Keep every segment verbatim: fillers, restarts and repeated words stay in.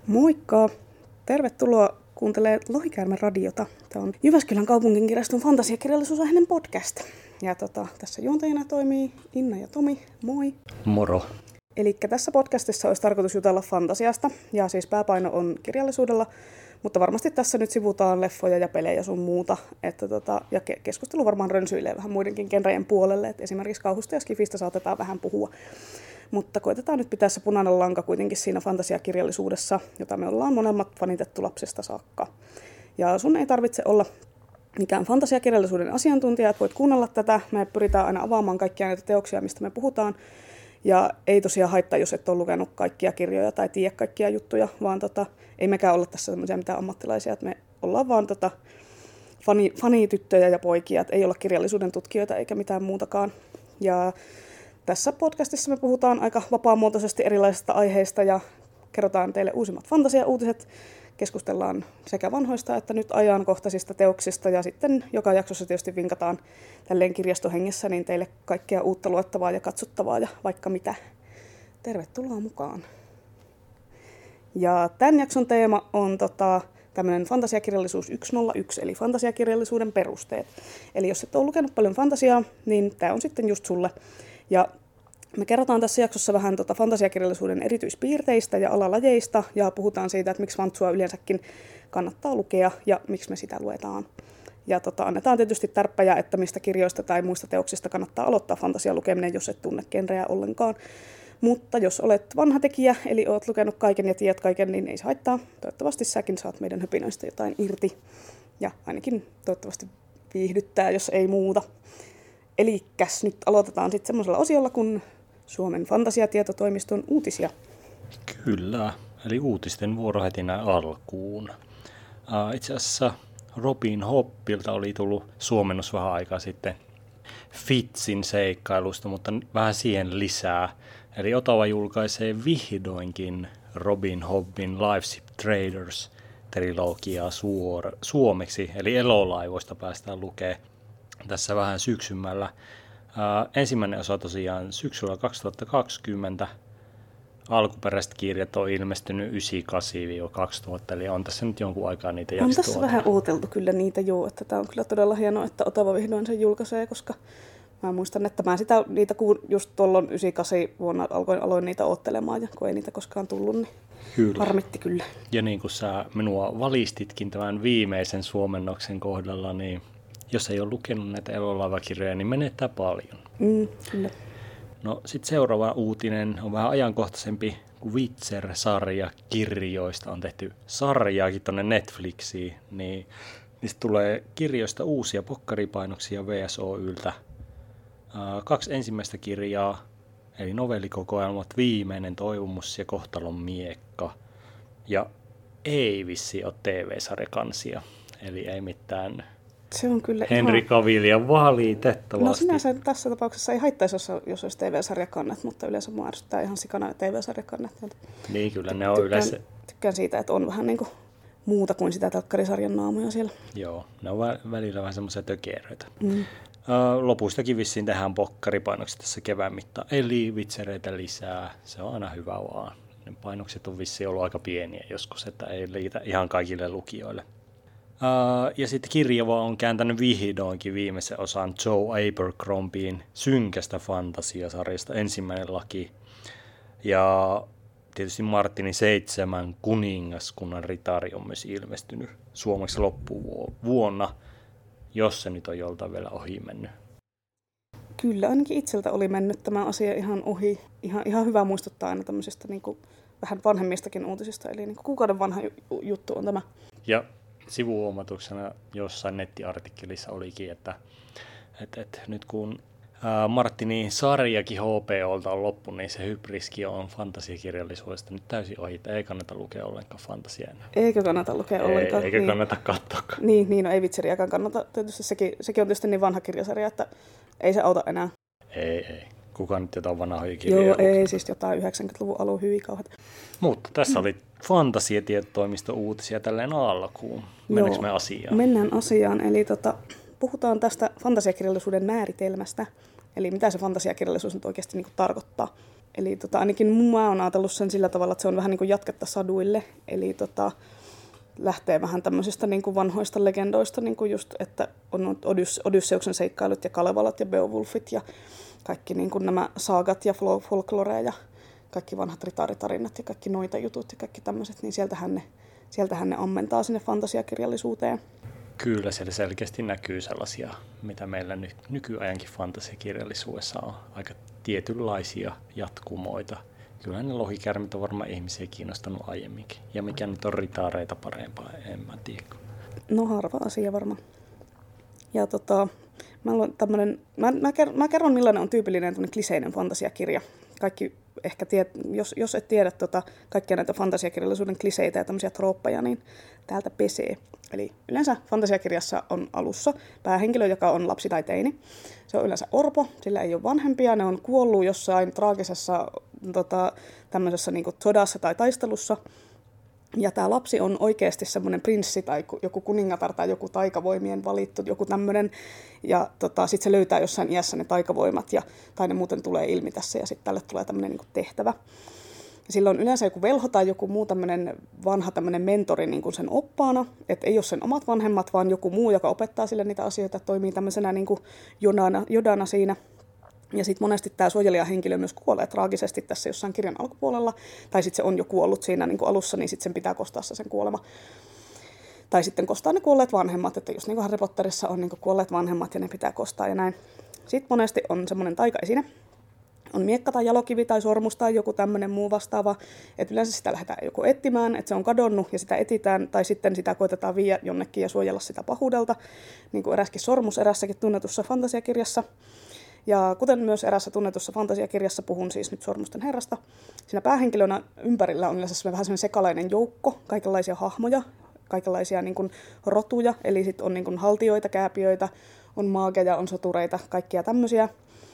Moikka! Tervetuloa kuuntelemaan Lohikäärme radiota. Tämä on Jyväskylän kaupunginkirjaston fantasiakirjallisuusaiheinen podcast. Ja tota, tässä juontajina toimii Inna ja Tomi. Moi! Moro! Eli tässä podcastissa olisi tarkoitus jutella fantasiasta, ja siis pääpaino on kirjallisuudella, mutta varmasti tässä nyt sivutaan leffoja ja pelejä sun muuta. Että tota, ja ke- keskustelu varmaan rönsyilee vähän muidenkin genrejen puolelle, että esimerkiksi kauhusta ja skifistä saatetaan vähän puhua. Mutta koitetaan nyt pitää se punainen lanka kuitenkin siinä fantasiakirjallisuudessa, jota me ollaan molemmat fanitettu lapsesta saakka. Ja sun ei tarvitse olla mikään fantasiakirjallisuuden asiantuntija, että voit kuunnella tätä. Me pyritään aina avaamaan kaikkia näitä teoksia, mistä me puhutaan. Ja ei tosiaan haittaa, jos et ole lukenut kaikkia kirjoja tai tiedä kaikkia juttuja, vaan tota, ei mekään olla tässä semmoisia mitään ammattilaisia, että me ollaan vaan tota, fani, fanityttöjä ja poikia, että ei olla kirjallisuuden tutkijoita eikä mitään muutakaan. Ja tässä podcastissa me puhutaan aika vapaamuotoisesti erilaisista aiheista ja kerrotaan teille uusimmat fantasiauutiset. Keskustellaan sekä vanhoista että nyt ajankohtaisista teoksista ja sitten joka jaksossa tietysti vinkataan tälleen kirjastohengessä niin teille kaikkea uutta luettavaa ja katsottavaa ja vaikka mitä. Tervetuloa mukaan. Ja tämän jakson teema on tota, tämmöinen fantasiakirjallisuus yksi nolla yksi eli fantasiakirjallisuuden perusteet. Eli jos et ole lukenut paljon fantasiaa, niin tämä on sitten just sulle. Ja me kerrotaan tässä jaksossa vähän tota fantasiakirjallisuuden erityispiirteistä ja alalajeista ja puhutaan siitä, että miksi fantsua yleensäkin kannattaa lukea ja miksi me sitä luetaan. Ja tota, annetaan tietysti tärppäjä, että mistä kirjoista tai muista teoksista kannattaa aloittaa fantasian lukeminen, jos et tunne genreä ollenkaan. Mutta jos olet vanha tekijä, eli olet lukenut kaiken ja tiedät kaiken, niin ei se haittaa. Toivottavasti säkin saat meidän höpinöistä jotain irti. Ja ainakin toivottavasti viihdyttää, jos ei muuta. Elikkäs nyt aloitetaan sitten semmoisella osiolla kuin Suomen fantasiatietotoimiston uutisia. Kyllä, eli uutisten vuoro heti näin alkuun. Uh, itse asiassa Robin Hobbilta oli tullut suomennos vähän aikaa sitten Fitzin seikkailusta, mutta vähän siihen lisää. Eli Otava julkaisee vihdoinkin Robin Hobbin Lifeship Traders-trilogiaa suor- suomeksi, eli elolaivoista päästään lukemaan tässä vähän syksymällä. Uh, ensimmäinen osa tosiaan syksyllä kaksituhattakaksikymmentä. Alkuperäiset kirjat on ilmestynyt yhdeksänkymmentäkahdeksan kaksituhatta, eli on tässä nyt jonkun aikaa niitä jaksoja. On tässä vähän uuteltu kyllä niitä joo, että tämä on kyllä todella hienoa, että Otava vihdoin sen julkaisee, koska mä muistan, että mä sitä, niitä just tuolloin yhdeksänkymmentäkahdeksan vuonna aloin, aloin niitä oottelemaan, ja kun ei niitä koskaan tullut, niin kyllä. Harmitti kyllä. Ja niin kuin sä minua valistitkin tämän viimeisen suomennoksen kohdalla, niin jos ei ole lukenut näitä elolaivakirjoja, niin menettää paljon. Mm, kyllä. No sitten seuraava uutinen on vähän ajankohtaisempi, kun Witcher-sarja kirjoista on tehty sarjaakin tuonne Netflixiin, niin niistä tulee kirjoista uusia pokkaripainoksia V S Oyltä. Uh, kaksi ensimmäistä kirjaa, eli novellikokoelmat Viimeinen toivomus ja Kohtalon miekka. Ja ei vissi ole T V-sarjakansia, eli ei mitään se on kyllä Henry Cavillia valitettavasti. No sinänsä tässä tapauksessa ei haittaisi, jos olisi T V-sarjakannet, mutta yleensä mua ärsyttää ihan sikana T V-sarjakannet. Niin kyllä ne on tykkään, yleensä. Tykkään siitä, että on vähän niin kuin muuta kuin sitä telkkarisarjan naamoja siellä. Joo, ne on välillä vähän semmoisia tökeröitä. Mm. Lopuistakin vissiin tehdään pokkaripainokset tässä kevään mittaan. Eli vitsereitä lisää, se on aina hyvä vaan. Ne painokset on vissiin ollut aika pieniä joskus, että ei liitä ihan kaikille lukijoille. Uh, ja sitten kirjava on kääntänyt vihdoinkin viimeisen osan Joe Abercrombien synkästä fantasiasarjasta ensimmäinen laki. Ja tietysti Martinin seitsemän kuningaskunnan ritari on myös ilmestynyt suomeksi loppuvuonna, jos se nyt on joltain vielä ohi mennyt. Kyllä, ainakin itseltä oli mennyt tämä asia ihan ohi. Ihan, ihan hyvä muistuttaa aina tämmöisistä niin kuin vähän vanhemmistakin uutisista, eli niin kuin kuukauden vanha juttu on tämä. Ja sivuhuomatuksena jossain nettiartikkelissa olikin, että, että, että nyt kun ää, Martinin sarjakin H P O:lta on loppu, niin se hybriski on fantasiakirjallisuudesta nyt täysin ohi, että ei kannata lukea ollenkaan fantasiaa enää. Eikö kannata lukea ei, ollenkaan? Eikä niin. kannata katsoakaan. Niin, niin no ei Witcheriäkään kannata. Tietysti sekin, sekin on tietysti niin vanha kirjasarja, että ei se auta enää. Ei, ei. Kuka nyt jotain vanhoja kirjoja Joo, lukee? ei, siis jotain yhdeksänkymmentäluvun alun hyvin kauheat. Mutta tässä oli fantasiatietotoimiston uutisia tälleen alkuun. Mennäänkö me asiaan? Mennään asiaan. Eli tota, puhutaan tästä fantasiakirjallisuuden määritelmästä. Eli mitä se fantasiakirjallisuus nyt oikeasti niin kuin tarkoittaa. Eli tota, ainakin mä oon ajatellut sen sillä tavalla, että se on vähän niin kuin jatketta saduille. Eli tota, lähtee vähän tämmöisistä niin kuin vanhoista legendoista, niin kuin just, että on Odys- Odysseuksen seikkailut ja Kalevalat ja Beowulfit ja kaikki niin kuin nämä saagat ja folklore ja kaikki vanhat ritaaritarinat ja kaikki noita jutut ja kaikki tämmöiset, niin sieltähän ne, sieltähän ne ammentaa sinne fantasiakirjallisuuteen. Kyllä, siellä selkeästi näkyy sellaisia, mitä meillä ny- nykyajankin fantasiakirjallisuudessa on. Aika tietynlaisia jatkumoita. Kyllä ne lohikärmit on varmaan ihmisiä kiinnostanut aiemminkin. Ja mikä nyt on ritaareita parempaa, en mä tiedä. No harva asia varmaan. Ja tota, mä, tämmönen, mä, mä, kerron, mä kerron millainen on tyypillinen kliseinen fantasiakirja. Kaikki ehkä tiedät, jos, jos et tiedä tota, kaikkia näitä fantasiakirjallisuuden kliseitä ja tämmöisiä trooppeja, niin täältä pesee. Eli yleensä fantasiakirjassa on alussa päähenkilö, joka on lapsi tai teini. Se on yleensä orpo, sillä ei ole vanhempia, ne on kuollut jossain traagisessa tota, tämmöisessä niin kuin sodassa tai taistelussa. Ja tämä lapsi on oikeasti semmoinen prinssi tai joku kuningatar tai joku taikavoimien valittu, joku tämmöinen. Ja tota, sitten se löytää jossain iässä ne taikavoimat, ja, tai ne muuten tulee ilmi tässä, ja sitten tälle tulee tämmöinen niin kuin tehtävä. Ja sillä on yleensä joku velho tai joku muu tämmöinen vanha tämmöinen mentori niin kuin sen oppaana. Että ei ole sen omat vanhemmat, vaan joku muu, joka opettaa sille niitä asioita, toimii tämmöisenä niin kuin jodana, jodana siinä. Ja sitten monesti tämä suojelijahenkilö myös kuolee traagisesti tässä jossain kirjan alkupuolella. Tai sitten se on jo kuollut siinä niin kuin alussa, niin sitten sen pitää kostaa se sen kuolema. Tai sitten kostaa ne kuolleet vanhemmat, että jos niin kuin Harry Potterissa on niin kuin kuolleet vanhemmat ja ne pitää kostaa ja näin. Sitten monesti on semmoinen taikaesine. On miekka tai jalokivi tai sormus tai joku tämmöinen muu vastaava. Että yleensä sitä lähdetään joku etsimään, että se on kadonnut ja sitä etsitään. Tai sitten sitä koetetaan viedä jonnekin ja suojella sitä pahuudelta. Niin kuin eräskin sormus erässäkin tunnetussa fantasiakirjassa. Ja kuten myös erässä tunnetussa fantasiakirjassa, puhun siis nyt Sormusten herrasta, siinä päähenkilönä ympärillä on yleensä vähän sellainen sekalainen joukko, kaikenlaisia hahmoja, kaikenlaisia niin kuin rotuja, eli sitten on niin kuin haltioita, kääpiöitä, on maageja, on sotureita, kaikkia tämmöisiä.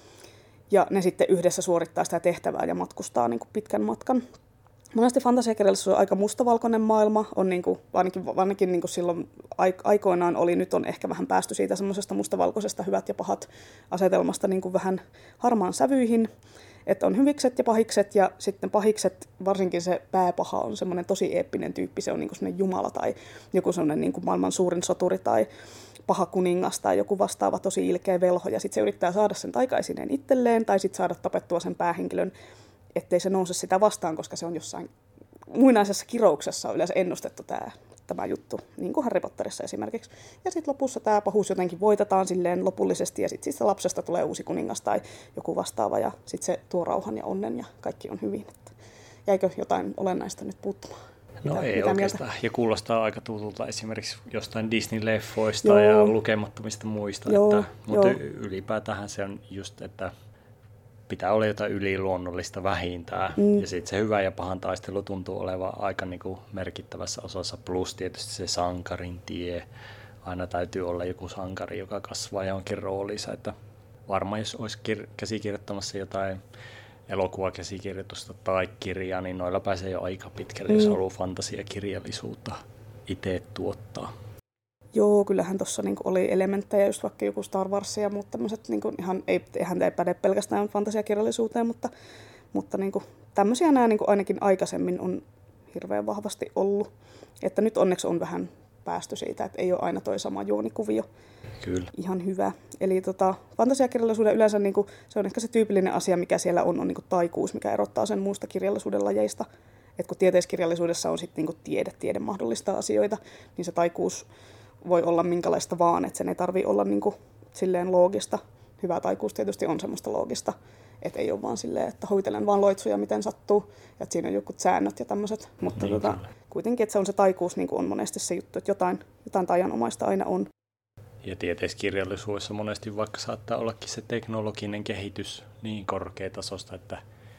Ja ne sitten yhdessä suorittaa sitä tehtävää ja matkustaa niin kuin pitkän matkan. Monesti fantasiakirjallisuus on aika mustavalkoinen maailma, on niin kuin, ainakin, ainakin niin kuin silloin aikoinaan oli, nyt on ehkä vähän päästy siitä semmoisesta mustavalkoisesta hyvät ja pahat asetelmasta niin kuin vähän harmaan sävyihin, että on hyvikset ja pahikset, ja sitten pahikset, varsinkin se pääpaha on semmoinen tosi eeppinen tyyppi, se on niin kuin semmoinen jumala tai joku semmoinen niin kuin maailman suurin soturi tai paha kuningas tai joku vastaava tosi ilkeä velho, ja sitten se yrittää saada sen taikaisineen itselleen tai sitten saada tapettua sen päähenkilön, ettei se nouse sitä vastaan, koska se on jossain muinaisessa kirouksessa on yleensä ennustettu tämä, tämä juttu, niin kuin Harry Potterissa esimerkiksi. Ja sitten lopussa tämä pahuus jotenkin voitetaan silleen lopullisesti, ja sitten siitä lapsesta tulee uusi kuningas tai joku vastaava, ja sitten se tuo rauhan ja onnen, ja kaikki on hyvin. Että jäikö jotain olennaista nyt puuttumaan? No mitä, ei mitä oikeastaan, mieltä? Ja kuulostaa aika tutulta esimerkiksi jostain Disney-leffoista Joo. ja lukemattomista muista, Joo, että, mutta joo. ylipäätään se on just, että pitää olla jotain yliluonnollista vähintään. Mm. Ja sitten se hyvä ja pahan taistelu tuntuu olevan aika niinku merkittävässä osassa. Plus tietysti se sankarin tie. Aina täytyy olla joku sankari, joka kasvaa johonkin rooliinsa. Että varmaan jos olisi kir- käsikirjoittamassa jotain elokuvakäsikirjoitusta tai kirjaa, niin noilla pääsee jo aika pitkälle, mm. jos haluaa fantasiakirjallisuutta itse tuottaa. Joo, kyllähän tuossa niinku oli elementtejä, just vaikka joku Star Wars ja muut tämmöiset, niinku ihan ei, eihän ei päde pelkästään fantasiakirjallisuuteen, mutta, mutta niinku, tämmöisiä nämä niinku ainakin aikaisemmin on hirveän vahvasti ollut. Että nyt onneksi on vähän päästy siitä, että ei ole aina toi sama juonikuvio. Kyllä. Ihan hyvä. Eli tota, fantasiakirjallisuuden yleensä niinku, se on ehkä se tyypillinen asia, mikä siellä on, on niinku taikuus, mikä erottaa sen muusta kirjallisuuden lajeista. Et kun tieteiskirjallisuudessa on sitten niinku tiede, tiede mahdollistaa asioita, niin se taikuus voi olla minkälaista vaan, että sen ei tarvitse olla niinku silleen loogista. Hyvä taikuus tietysti on semmoista loogista, että ei ole vaan silleen, että hoitelen vaan loitsuja miten sattuu, ja että siinä on jotkut säännöt ja tämmöiset. Mutta niin, tota, kuitenkin, että se on se taikuus, niin kuin on monesti se juttu, että jotain, jotain taianomaista aina on. Ja tieteiskirjallisuudessa monesti vaikka saattaa ollakin se teknologinen kehitys niin korkeatasosta, että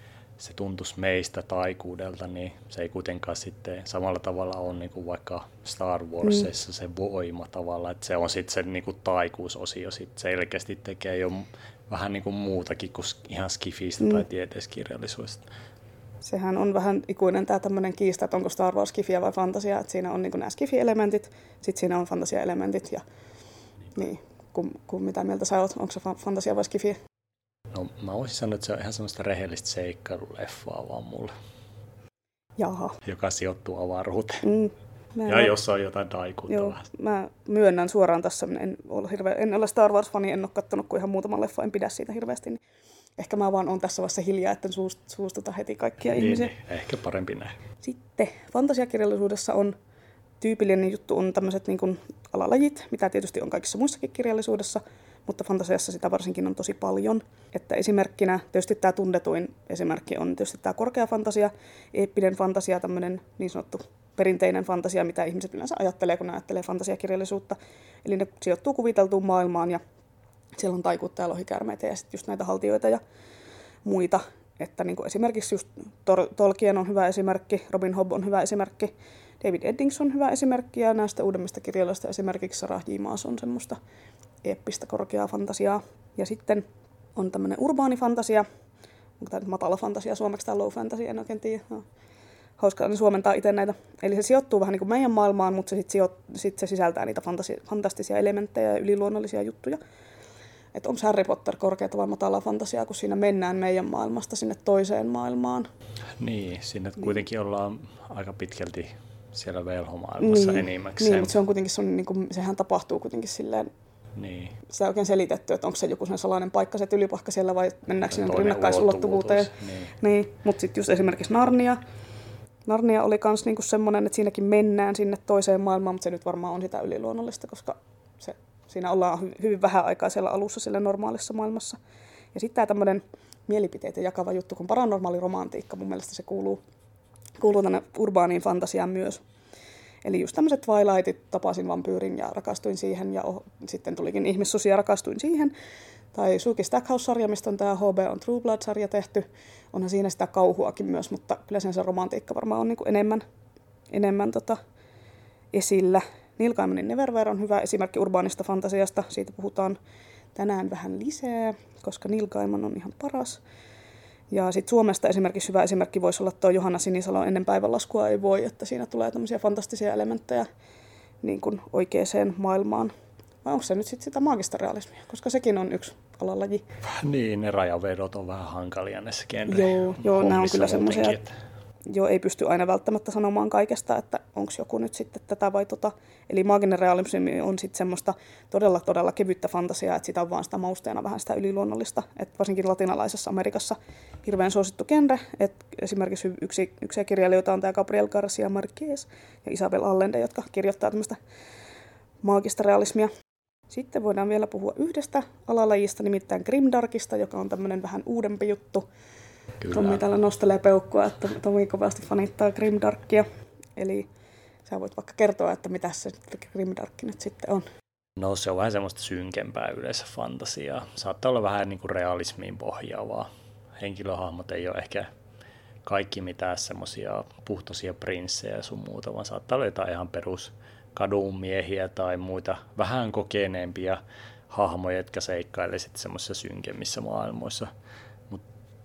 se tuntuisi meistä taikuudelta, niin se ei kuitenkaan sitten samalla tavalla ole niin kuin vaikka Star Warsissa mm. se voima tavalla, että se on sitten se niin kuin taikuusosio sit selkeästi tekee jo vähän niin kuin muutakin kuin ihan skifistä mm. tai tieteiskirjallisuudesta. Sehän on vähän ikuinen tämä tämmöinen kiista, että onko Star Wars skifiä vai fantasia, että siinä on niin kuin nämä skifi-elementit, sitten siinä on fantasia-elementit ja niin, kun, kun mitä mieltä sä oot, onko se fantasia vai skifiä? No mä voisin sanoa, että se on ihan semmoista rehellistä seikkailuleffaa vaan mulle. Jaha. Joka sijoittuu avaruuteen. Mm. Mä ja en... jos on jotain taikuttavaa. Mä myönnän suoraan tässä, en ole, hirve... en ole Star Wars-fani, en ole kattonut kuin ihan muutaman leffa, en pidä siitä hirveästi. Niin ehkä mä vaan on tässä vaiheessa hiljaa, etten suustuta heti kaikkia niin, ihmisiä. Niin, ehkä parempi näin. Sitten fantasiakirjallisuudessa on tyypillinen juttu on tämmöiset niin kuin alalajit, mitä tietysti on kaikissa muissakin kirjallisuudessa, mutta fantasiassa sitä varsinkin on tosi paljon. Että esimerkkinä tietysti tämä tunnetuin esimerkki on tietysti tämä korkea fantasia, eeppinen fantasia, tämmöinen niin sanottu perinteinen fantasia, mitä ihmiset yleensä ajattelee, kun ne ajattelee fantasiakirjallisuutta. Eli ne sijoittuu kuviteltuun maailmaan ja siellä on taikuutta ja lohikäärmeitä ja sitten just näitä haltioita ja muita. Että niin kuin esimerkiksi just Tolkien on hyvä esimerkki, Robin Hobb on hyvä esimerkki, David Eddings on hyvä esimerkki ja näistä uudemmista kirjoista esimerkiksi Sarah J. Maas on semmoista eeppistä korkeaa fantasiaa. Ja sitten on tämmöinen urbaani fantasia, onko tämä nyt matala fantasia suomeksi tai low fantasy, en oikein tiedä. No. Hauska on suomentaa itse näitä. Eli se sijoittuu vähän niin kuin meidän maailmaan, mutta se sitten sijo- sit se sisältää niitä fantasi- fantastisia elementtejä ja yliluonnollisia juttuja. Että onko Harry Potter korkeata vai matalaa fantasiaa, kun siinä mennään meidän maailmasta sinne toiseen maailmaan. Niin, sinne kuitenkin ollaan aika pitkälti siellä velhomaailmassa niin, enimmäkseen. Niin, mutta se on kuitenkin, se on, niin kuin, sehän tapahtuu kuitenkin silleen, niin. Sitä on oikein selitetty, että onko se joku sen salainen paikka, se tylypahka siellä vai mennäänkö sinne rinnakkaisulottuvuuteen. Niin. Niin, mutta sitten just esimerkiksi Narnia. Narnia oli myös niinku semmoinen, että siinäkin mennään sinne toiseen maailmaan, mutta se nyt varmaan on sitä yliluonnollista, koska se, siinä ollaan hy- hyvin vähän aikaa siellä alussa siellä normaalissa maailmassa. Ja sitten tämä tämmöinen mielipiteitä jakava juttu kuin paranormaali romantiikka, mun mielestä se kuuluu, kuuluu tänne urbaaniin fantasiaan myös. Eli just tämmöiset Twilightit, tapasin vampyyrin ja rakastuin siihen ja oh, sitten tulikin ihmissusi ja rakastuin siihen. Tai Suki Stackhouse-sarja, mistä on tämä H B on True Blood-sarja tehty. Onhan siinä sitä kauhuakin myös, mutta kyllä sen se romantiikka varmaan on niin kuin enemmän, enemmän tota esillä. Neil Gaimanin Neverwhere on hyvä esimerkki urbaanista fantasiasta. Siitä puhutaan tänään vähän lisää, koska Neil Gaiman on ihan paras. Ja sitten Suomesta esimerkiksi hyvä esimerkki voisi olla tuo Johanna Sinisalon Ennen päivänlaskua ei voi, että siinä tulee tämmöisiä fantastisia elementtejä niin kuin oikeaan maailmaan. Vai onko se nyt sitten sitä maagista realismia, koska sekin on yksi alalaji. Niin, ne rajavedot on vähän hankalia näissä genre. Joo, joo nämä on kyllä semmoisia, että joo, ei pysty aina välttämättä sanomaan kaikesta, että onko joku nyt sitten tätä vai tota. Eli maaginen realismi on sitten semmoista todella, todella kevyttä fantasiaa, että sitä on vaan sitä mausteena vähän sitä yliluonnollista. Että varsinkin latinalaisessa Amerikassa hirveän suosittu genre. Että esimerkiksi yksi, yksi kirjailijoita on tämä Gabriel Garcia Marquez ja Isabel Allende, jotka kirjoittaa tämmöistä maagista realismia. Sitten voidaan vielä puhua yhdestä alalajista, nimittäin grimdarkista, joka on tämmöinen vähän uudempi juttu. Kyllä. Tommi täällä nostelee peukkua, että Tommi kovasti fanittaa grimdarkia. Eli sä voit vaikka kertoa, että mitä se grimdarkki nyt sitten on. No se on vähän semmoista synkempää yleensä fantasiaa. Saattaa olla vähän niin kuin realismiin pohjaavaa. Henkilöhahmot ei ole ehkä kaikki mitään semmoisia puhtoisia prinssejä ja sun muuta, vaan saattaa olla jotain ihan perus kadunmiehiä tai muita vähän kokeneempia hahmoja, jotka seikkailee sitten semmoisissa synkemmissä maailmoissa. Mut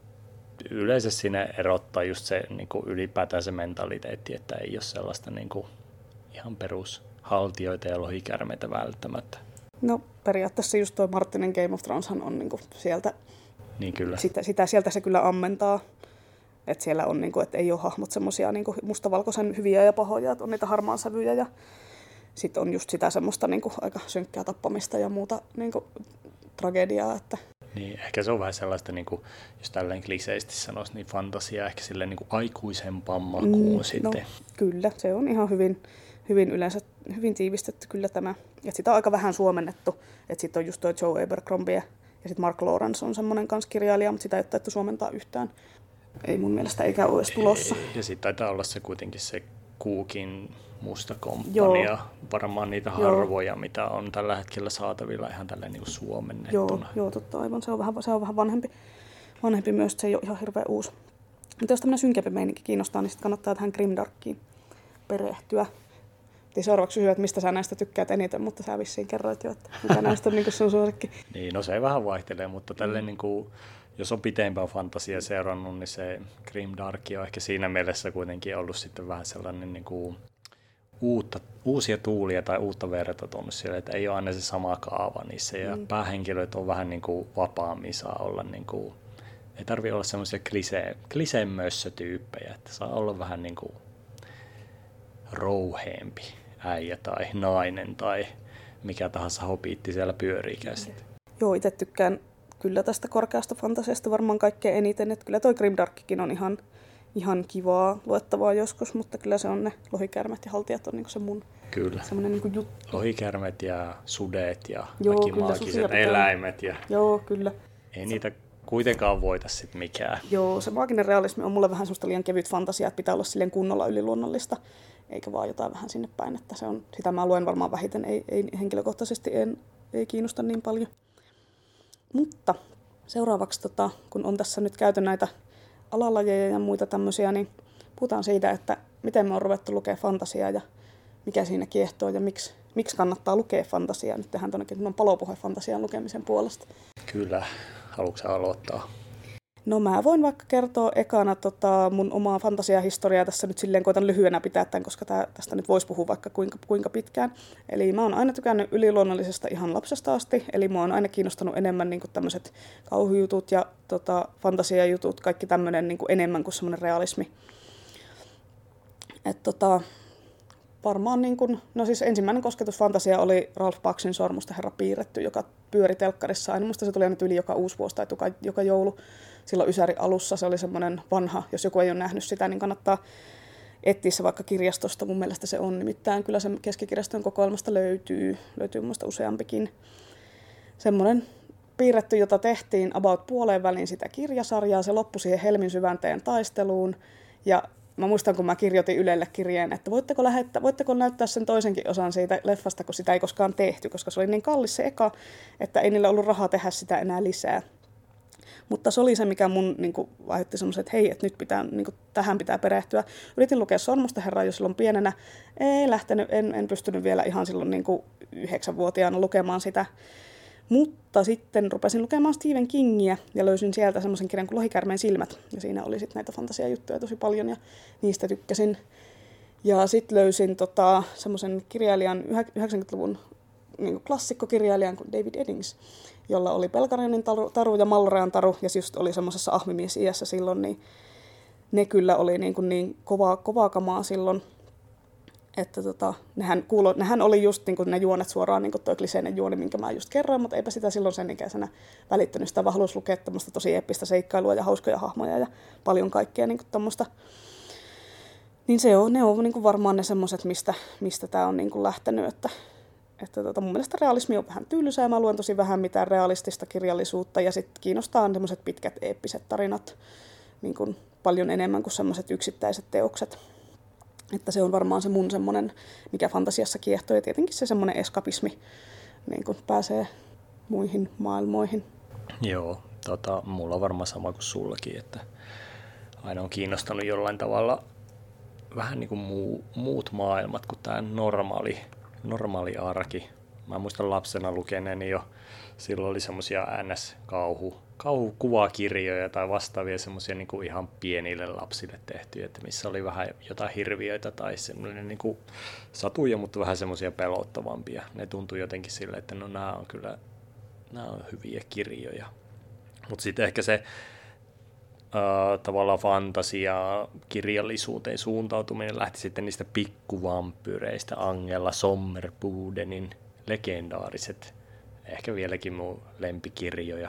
yleensä siinä erottaa just se niin kuin ylipäätään se mentaliteetti, että ei ole sellaista niin kuin ihan perushaltioita ja lohikärmeitä välttämättä. No periaatteessa just tuo Martinin Game of Throneshan on niin kuin sieltä, niin kyllä. Sitä, sitä sieltä se kyllä ammentaa. Että siellä on, niin kuin, että ei ole hahmot semmoisia niin kuin mustavalkoisen hyviä ja pahoja, että on niitä harmaan sävyjä ja sitten on just sitä semmoista niin kuin aika synkkää tappamista ja muuta niin kuin tragediaa. Että niin, ehkä se on vähän sellaista, niin kuin, jos tälleen kliseisesti sanoisi, niin fantasiaa ehkä silleen niin kuin aikuisempaan makuun mm, sitten. No, kyllä, se on ihan hyvin, hyvin yleensä, hyvin tiivistetty kyllä tämä. Ja sitä on aika vähän suomennettu, että sitten on just tuo Joe Abercrombie ja sitten Mark Lawrence on semmoinen kans kirjailija, mutta sitä ei ole taidettu suomentaa yhtään. Ei mun mielestä eikä ole edes tulossa. Ja sitten taitaa olla se kuitenkin se Cookin musta komppania, varmaan niitä harvoja, joo, mitä on tällä hetkellä saatavilla ihan tälleen niin kuin suomennettuna. Joo, joo, totta aivan. Se on vähän, se on vähän vanhempi, vanhempi myös, että se ei ole ihan hirveän uusi. Mutta jos tämmöinen synkempi meininki kiinnostaa, niin sitten kannattaa tähän grimdarkiin perehtyä. Ei seuraavaksi kysyä, että mistä sä näistä tykkäät eniten, mutta sä vissiin kerroit jo, että mikä näistä on niin sun suosikki. Niin, no se vähän vaihtelee, mutta tälleen niin kuin, jos on pitempään fantasiaa seurannut, niin se grimdark on ehkä siinä mielessä kuitenkin ollut sitten vähän sellainen niin kuin uutta, uusia tuulia tai uutta verta tuonut siellä, että ei ole aina se sama kaava niissä ja mm. päähenkilöt on vähän niin kuin vapaammin saa olla, niin kuin, ei tarvitse olla semmoisia klisee, kliseemössötyyppejä, että saa olla vähän niin kuin rouheempi äijä tai nainen tai mikä tahansa hobiitti siellä pyöriikään sitten. Joo, itse tykkään kyllä tästä korkeasta fantasiasta varmaan kaikkein eniten, että kyllä toi Grimdarkkikin on ihan, ihan kivaa luettavaa joskus, mutta kyllä se on ne lohikärmet ja haltijat on niinku se mun kyllä. semmoinen niinku juttu. Lohikärmet ja sudet ja Joo, kaikki kyllä, maagiset eläimet. Ja joo, kyllä. ei niitä kuitenkaan voita sitten mikään. Joo, se maaginen realismi on mulle vähän semmoista liian kevyt fantasia, että pitää olla silleen kunnolla yliluonnollista, eikä vaan jotain vähän sinne päin, että se on, sitä mä luen varmaan vähiten, ei, ei henkilökohtaisesti en, ei kiinnosta niin paljon. Mutta seuraavaksi, tota, kun on tässä nyt käyty näitä alalajeja ja muita tämmöisiä, niin puhutaan siitä, että miten me on ruvettu lukea fantasiaa ja mikä siinä kiehtoo ja miksi, miksi kannattaa lukea fantasiaa. Nyt tehdään tuonnekin palopuhe fantasian lukemisen puolesta. Kyllä. Haluatko sä aloittaa? No mä voin vaikka kertoa ekana tota, mun omaa fantasiahistoriaa. Tässä nyt silleen koitan lyhyenä pitää tämän, koska tää, tästä nyt voisi puhua vaikka kuinka, kuinka pitkään. Eli mä oon aina tykännyt yliluonnollisesta ihan lapsesta asti. Eli mua on aina kiinnostanut enemmän niin tämmöiset kauhujutut ja tota, fantasiajutut, kaikki tämmöinen niin enemmän kuin semmoinen realismi. Et, tota, varmaan niin kuin, no siis ensimmäinen kosketus fantasia oli Ralph Baksin Sormusten herra piirretty, joka pyöri telkkarissa aina. Musta se tuli aina yli joka uusi vuosi tai joka, joka joulu. Silloin Ysäri alussa se oli semmoinen vanha, jos joku ei ole nähnyt sitä, niin kannattaa etsiä se vaikka kirjastosta. Mun mielestä se on nimittäin, kyllä se keskikirjaston kokoelmasta löytyy, löytyy mun mielestä useampikin. Semmoinen piirretty, jota tehtiin about puoleen väliin sitä kirjasarjaa. Se loppui siihen Helmin syvänteen taisteluun ja mä muistan, kun mä kirjoitin Ylelle kirjeen, että voitteko, lähettää, voitteko näyttää sen toisenkin osan siitä leffasta, kun sitä ei koskaan tehty, koska se oli niin kallis se eka, että ei niillä ollut rahaa tehdä sitä enää lisää. Mutta se oli se, mikä mun niin kuin, aiheutti semmoisen, että hei, että nyt pitää, niin kuin, tähän pitää perehtyä. Yritin lukea Sormusten herraa jo silloin pienenä. Ei lähtenyt, en, en pystynyt vielä ihan silloin niin kuin yhdeksänvuotiaana lukemaan sitä. Mutta sitten rupesin lukemaan Stephen Kingiä ja löysin sieltä semmoisen kirjan kuin Lohikäärmeen silmät. Ja siinä oli sitten näitä fantasiajuttuja tosi paljon ja niistä tykkäsin. Ja sitten löysin tota, semmoisen kirjailijan, yhdeksänkymmentäluvun niin klassikkokirjailijan kuin David Eddings, jolla oli Pelkarionin taru, taru ja Mallorean taru, ja just oli semmoisessa ahmimies-iässä silloin, niin ne kyllä oli niin, kuin niin kovaa, kovaa kamaa silloin. Että tota, nehän, kuulo, nehän oli just niin kuin ne juonet suoraan niin kuin toi kliseinen juoni, minkä mä just kerroin, mutta eipä sitä silloin sen ikäisenä välittänyt. Sitä vaan halusi lukea tämmöistä tosi eeppistä seikkailua ja hauskoja hahmoja ja paljon kaikkea niin kuin tommoista. Niin se on, ne on niin kuin varmaan ne semmoiset, mistä, mistä tää on niin kuin lähtenyt, että Että tota, mun mielestä realismi on vähän tylsää, mä luen tosi vähän mitään realistista kirjallisuutta ja sitten kiinnostaa semmoiset pitkät eeppiset tarinat niin kuin paljon enemmän kuin semmoiset yksittäiset teokset. Että se on varmaan se mun semmoinen, mikä fantasiassa kiehtoo ja tietenkin se semmoinen eskapismi, niin kuin pääsee muihin maailmoihin. Joo, tota, mulla on varmaan sama kuin sullakin, että aina on kiinnostanut jollain tavalla vähän niin kuin muu, muut maailmat kuin tämä normaali. normaali arki. Mä muistan lapsena lukeneeni jo, silloin oli semmoisia N S-kauhu, kauhukuvakirjoja tai vastaavia semmoisia niin kuin ihan pienille lapsille tehtyjä, että missä oli vähän jotain hirviöitä tai semmoinen niin kuin satuja, mutta vähän semmoisia pelottavampia. Ne tuntui jotenkin silleen, että no nämä on kyllä nämä on hyviä kirjoja. Mutta sitten ehkä se Uh, tavallaan fantasia kirjallisuuteen suuntautuminen lähti sitten niistä pikkuvampyreistä, Angela Sommerbudenin legendaariset, ehkä vieläkin mun lempikirjoja.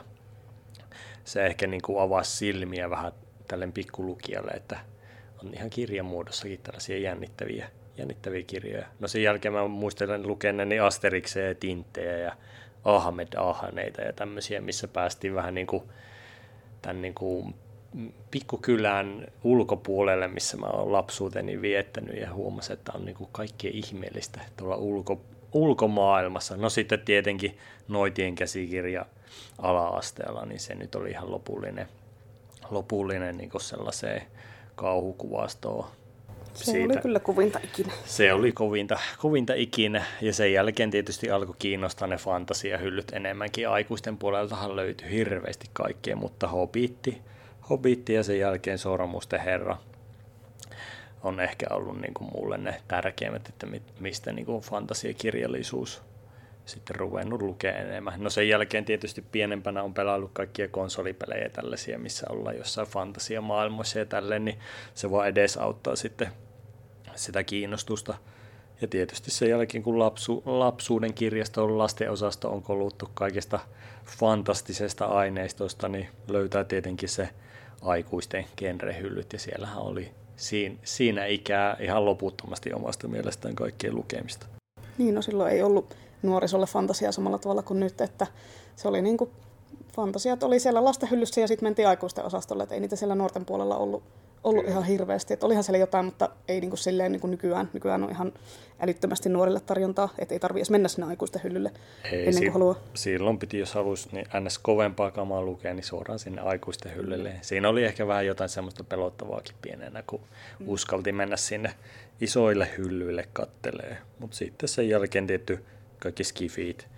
Se ehkä niin kuin avasi silmiä vähän tälle pikkulukijalle, että on ihan kirjamuodossakin tällaisia jännittäviä, jännittäviä kirjoja. No sen jälkeen mä muistelen lukeneeni Asterikseja ja Tinttejä ja Ahmed Ahaneita ja tämmöisiä, missä päästiin vähän niin kuin tämän niin kuin pikkukylän ulkopuolelle, missä mä oon lapsuuteni viettänyt ja huomasin, että on niin kuin kaikkea ihmeellistä tuolla ulko, ulkomaailmassa. No sitten tietenkin Noitien käsikirja ala-asteella, niin se nyt oli ihan lopullinen, lopullinen niin kuin sellaiseen kauhukuvastoon. Se siitä. Oli kyllä kovinta ikinä. Se oli kovinta, kovinta ikinä ja sen jälkeen tietysti alkoi kiinnostaa ne fantasiahyllyt enemmänkin. Aikuisten puoleltahan löytyi hirveästi kaikkea, mutta Hobbitti, Hobbitti ja sen jälkeen Sormusten herra on ehkä ollut niin kuin mulle ne tärkeimmät, että mistä niin kuin fantasiakirjallisuus sitten ruvennut lukemaan enemmän. No sen jälkeen tietysti pienempänä on pelaillut kaikkia konsolipelejä tällaisia, missä ollaan jossain fantasiamaailmoissa ja tälleen, niin se vaan edesauttaa sitten sitä kiinnostusta. Ja tietysti sen jälkeen, kun lapsu, lapsuuden kirjaston lastenosasto on koluttu kaikesta fantastisesta aineistosta, niin löytää tietenkin se aikuisten genrehyllyt, ja siellähän oli siinä, siinä ikää ihan loputtomasti omasta mielestään kaikkien lukemista. Niin, no silloin ei ollut nuorisolle fantasiaa samalla tavalla kuin nyt, että se oli niin kuin, fantasiat oli siellä lastenhyllyssä ja sitten mentiin aikuisten osastolle, että ei niitä siellä nuorten puolella ollut, ollut ihan hirveästi. Että olihan siellä jotain, mutta ei niin kuin silleen niin kuin nykyään. Nykyään on ihan älyttömästi nuorille tarjontaa, että ei tarvitse edes mennä sinne aikuisten hyllylle ei, ennen kuin si- haluaa. Silloin piti, jos halusi niin ns. Kovempaa kamaa lukea, niin suoraan sinne aikuisten hyllylle. Siinä oli ehkä vähän jotain semmoista pelottavaakin pienenä, kun mm. uskalti mennä sinne isoille hyllyille kattelee. Mutta sitten sen jälkeen tietty kaikki skifit.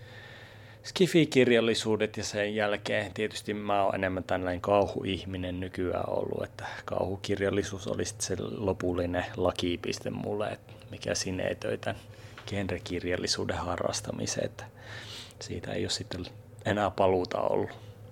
Skifi-kirjallisuudet ja sen jälkeen tietysti mä oon enemmän tällainen kauhuihminen nykyään ollut, että kauhukirjallisuus oli sitten se lopullinen lakipiste mulle, että mikä sinetöi tämän genrekirjallisuuden harrastamiseen, että siitä ei ole sitten enää paluuta ollut.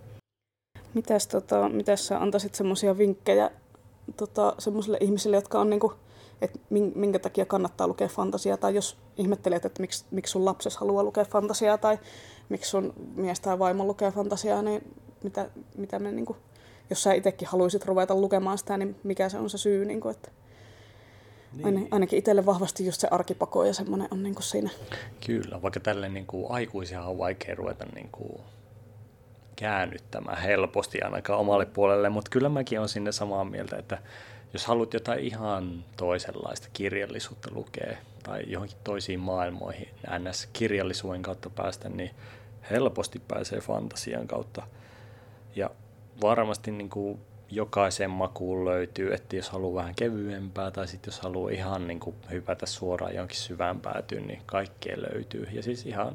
Mitäs, tota, mitäs sä antaisit semmoisia vinkkejä tota, semmoisille ihmisille, jotka on niinku, että minkä takia kannattaa lukea fantasiaa, tai jos ihmettelet, että miksi, miksi sun lapses haluaa lukea fantasiaa, tai miksi sun mies tai vaimo lukee fantasiaa, niin mitä, mitä me, niin kuin, jos sä itsekin haluaisit ruveta lukemaan sitä, niin mikä se on se syy, niin kuin, että niin. Ainakin itselle vahvasti just se arkipako ja semmoinen on niin kuin siinä. Kyllä, vaikka tälleen niin kuin aikuisia on vaikea ruveta niin kuin käännyttämään helposti ainakaan omalle puolelle, mutta kyllä mäkin olen sinne samaa mieltä, että jos haluat jotain ihan toisenlaista kirjallisuutta lukea tai johonkin toisiin maailmoihin N S-kirjallisuuden kautta päästä, niin helposti pääsee fantasian kautta. Ja varmasti niin kuin jokaisen makuun löytyy, että jos haluaa vähän kevyempää tai sitten jos haluaa ihan niin kuin hypätä suoraan johonkin syvään päätyyn, niin kaikkea löytyy. Ja siis ihan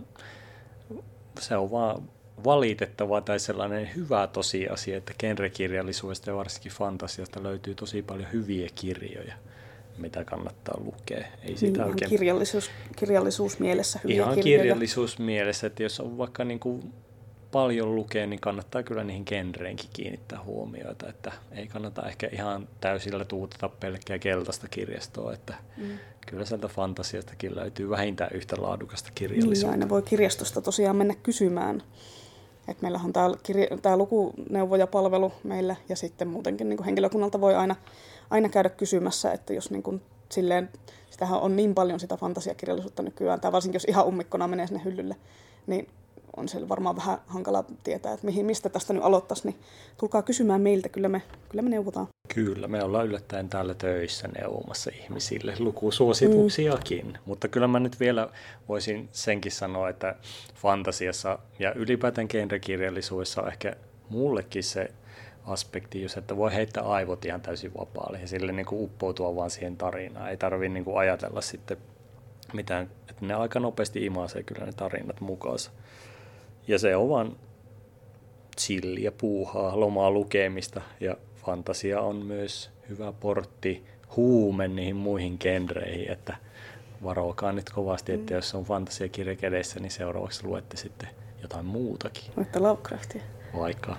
se on vaan valitettava tai sellainen hyvä tosiasia, että genrekirjallisuudesta ja varsinkin fantasiasta löytyy tosi paljon hyviä kirjoja, mitä kannattaa lukea. Ei sitä ihan oikein... kirjallisuus, kirjallisuusmielessä hyviä ihan kirjoja. Ihan kirjallisuusmielessä, että jos on vaikka niin kuin paljon lukea, niin kannattaa kyllä niihin genreenkin kiinnittää huomioita, että ei kannata ehkä ihan täysillä tuutata pelkkää keltaista kirjastoa, että mm. kyllä sieltä fantasiastakin löytyy vähintään yhtä laadukasta kirjallisuutta. Niin, aina voi kirjastosta tosiaan mennä kysymään. Et meillähän on tämä, kirja, tämä lukuneuvojapalvelu meillä ja sitten muutenkin niin kuin henkilökunnalta voi aina, aina käydä kysymässä, että jos niin kuin, silleen, sitähän on niin paljon sitä fantasiakirjallisuutta nykyään, tai varsinkin jos ihan ummikkona menee sinne hyllylle, niin on siellä varmaan vähän hankala tietää, että mihin, mistä tästä nyt aloittaisi, niin tulkaa kysymään meiltä, kyllä me, kyllä me neuvotaan. Kyllä, me ollaan yllättäen täällä töissä neuvomassa ihmisille lukusuosituksiakin, mm. mutta kyllä mä nyt vielä voisin senkin sanoa, että fantasiassa ja ylipäätään genrekirjallisuudessa on ehkä mullekin se aspekti, jos että voi heittää aivot ihan täysin vapaalle ja sille niin kuin uppoutua vaan siihen tarinaan, ei tarvitse niin kuin ajatella sitten mitään, että ne aika nopeasti imaisee kyllä ne tarinat mukaansa. Ja se on vaan chilliä puuhaa, lomaa lukemista ja fantasia on myös hyvä portti huume niihin muihin genreihin, että varokaa nyt kovasti, että jos on fantasiakirja kädessä, niin seuraavaksi luette sitten jotain muutakin. Luette Lovecraftia. Vaikka.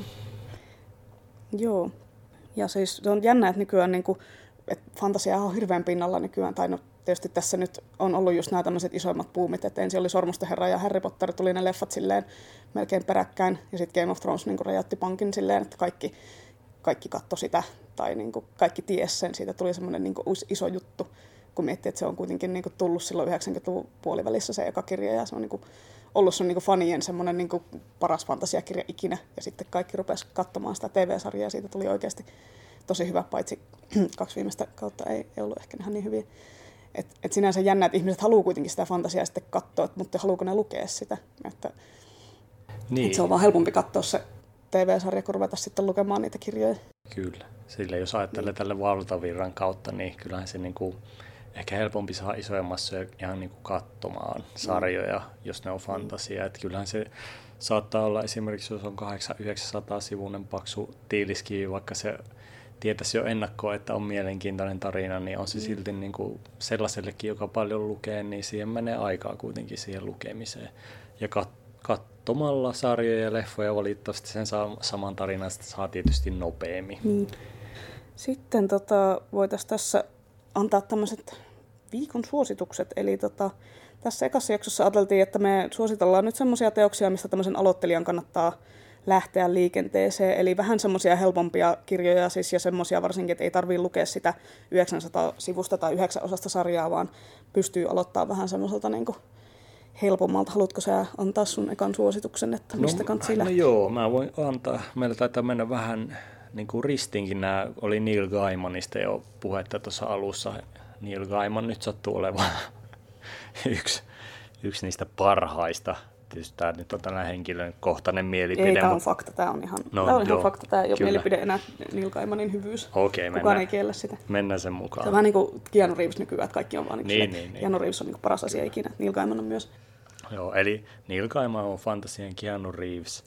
Joo. Ja siis se on jännä, että nykyään niin kuin, että fantasia on hirveän pinnalla nykyään, tai no tietysti tässä nyt on ollut just nämä tämmöiset isoimmat buumit, että ensin oli Sormusten herra ja Harry Potter, tuli ne leffat silleen melkein peräkkäin, ja sitten Game of Thrones niin räjäytti pankin silleen, että kaikki, kaikki katsoi sitä, tai niin kuin kaikki tiesi sen, siitä tuli semmoinen niin kuin iso juttu, kun miettii, että se on kuitenkin niin kuin tullut silloin yhdeksänkymmentäluvun puolivälissä se eka kirja, ja se on niin kuin ollut sun niin kuin fanien semmoinen niin kuin paras fantasiakirja ikinä, ja sitten kaikki rupesi katsomaan sitä T V-sarjaa, ja siitä tuli oikeasti tosi hyvä, paitsi kaksi viimeistä kautta ei, ei ollut ehkä ihan niin hyviä. Et, et sinänsä jännä, että ihmiset haluaa kuitenkin sitä fantasiaa sitten katsoa, mutta haluuko ne lukea sitä. Että, niin. että se on vaan helpompi katsoa se T V-sarja, kun ruveta sitten lukemaan niitä kirjoja. Kyllä. Sillä jos ajattelee niin. tälle valtavirran kautta, niin kyllähän se niinku, ehkä helpompi saada isoja massoja ihan niinku katsomaan sarjoja, mm. jos ne on fantasia. Et kyllähän se saattaa olla esimerkiksi, jos on kahdeksan yhdeksänsataa sivuinen paksu tiiliskivi, vaikka se tietäisi jo ennakkoa, että on mielenkiintoinen tarina, niin on se mm. silti niin kuin sellaisellekin, joka paljon lukee, niin siihen menee aikaa kuitenkin siihen lukemiseen. Ja kat- katsomalla sarjoja ja leffoja valitettavasti sen saa, saman tarinan saa tietysti nopeammin. Niin. Sitten tota, voitaisiin tässä antaa tämmöiset viikon suositukset. Eli tota, tässä ekassa jaksossa ajateltiin, että me suositellaan nyt semmoisia teoksia, mistä tämmöisen aloittelijan kannattaa lähteä liikenteeseen. Eli vähän semmoisia helpompia kirjoja siis, ja semmoisia varsinkin, että ei tarvitse lukea sitä yhdeksänsataa sivusta tai yhdeksän osasta sarjaa, vaan pystyy aloittamaan vähän semmoiselta niin kuin helpommalta. Haluatko sä antaa sun ekan suosituksen, että mistä no, kannattaa lähteä? No joo, mä voin antaa. Meillä taitaa mennä vähän niin kuin ristinkin. Nämä oli Neil Gaimanista jo puhetta tuossa alussa. Neil Gaiman nyt sattuu olemaan yksi, yksi niistä parhaista. Tietysti tämä nyt on tällainen henkilökohtainen mielipide. Ei, tämä on fakta. Tämä on ihan, no, tämä on ihan fakta. Tämä ei ole mielipide enää Neil Gaimanin hyvyys. Okei, Kukaan mennään, ei kiellä sitä. Mennään sen mukaan. Se on vähän niin kuin Keanu Reeves nykyään, että kaikki on vaan niin, niin, niin, niin. Keanu Reeves on niin kuin paras asia ikinä. Neil Gaiman on myös. Joo, eli Neil Gaiman on fantasian Keanu Reeves.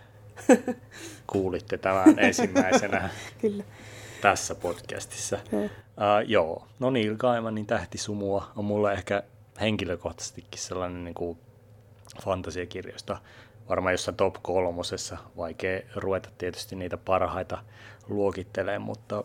Kuulitte tämän ensimmäisenä Kyllä. tässä podcastissa. Joo. Uh, joo, no Neil Gaimanin Tähtisumua on mulle ehkä henkilökohtaisestikin sellainen niin kuin fantasiakirjoista. Varmaan jossain top kolmosessa, vaikea ruveta tietysti niitä parhaita luokittelemaan, mutta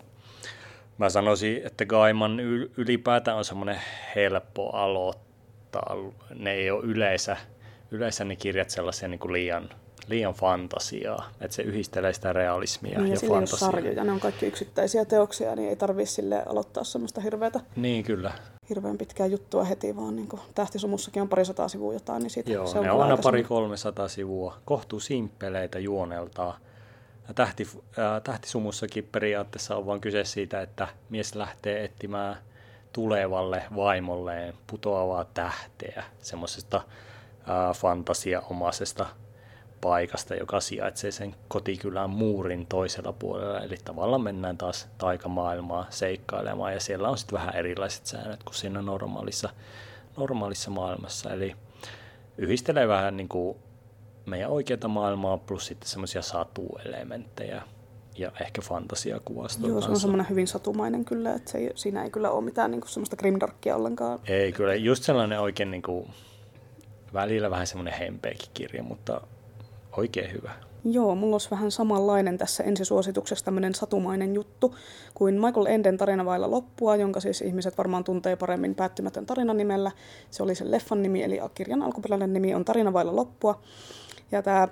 mä sanoisin, että Gaiman ylipäätään on semmoinen helppo aloittaa. Ne ei ole yleensä, yleensä ne kirjat sellaisia niin kuin liian, liian fantasiaa, että se yhdistelee sitä realismia niin, ja, ja fantasiaa. Niin, sarjoja, ne on kaikki yksittäisiä teoksia, niin ei tarvitse sille aloittaa semmoista hirveätä. Niin, kyllä. Hirveän pitkää juttua heti, vaan niin kuin Tähtisumussakin on parisataa sivua jotain, niin siitä Joo, se on ne on aina pari kolmesataa sivua, kohtuu simppeleitä juoneltaan. Tähti, äh, Tähtisumussakin periaatteessa on vain kyse siitä, että mies lähtee etsimään tulevalle vaimolleen putoavaa tähteä, semmoisesta äh, fantasiaomaisesta paikasta, joka sijaitsee sen kotikylän muurin toisella puolella. Eli tavallaan mennään taas taikamaailmaa seikkailemaan, ja siellä on sitten vähän erilaiset säännöt kuin siinä normaalissa, normaalissa maailmassa. Eli yhdistelee vähän niin kuin meidän oikeata maailmaa plus sitten semmoisia satuelementtejä ja ehkä fantasiakuvastoa. Joo, se on semmoinen hyvin satumainen kyllä, että se ei, siinä ei kyllä ole mitään niin kuin semmoista grimdarkia ollenkaan. Ei kyllä, just sellainen oikein niin kuin, välillä vähän semmoinen hempeäkin kirja, mutta oikein hyvä. Joo, mulla olisi vähän samanlainen tässä ensisuosituksessa tämmöinen satumainen juttu kuin Michael Enden Tarina vailla loppua, jonka siis ihmiset varmaan tuntee paremmin Päättymätön tarina nimellä. Se oli sen leffan nimi, eli kirjan alkuperäinen nimi on Tarina vailla loppua. Ja tämä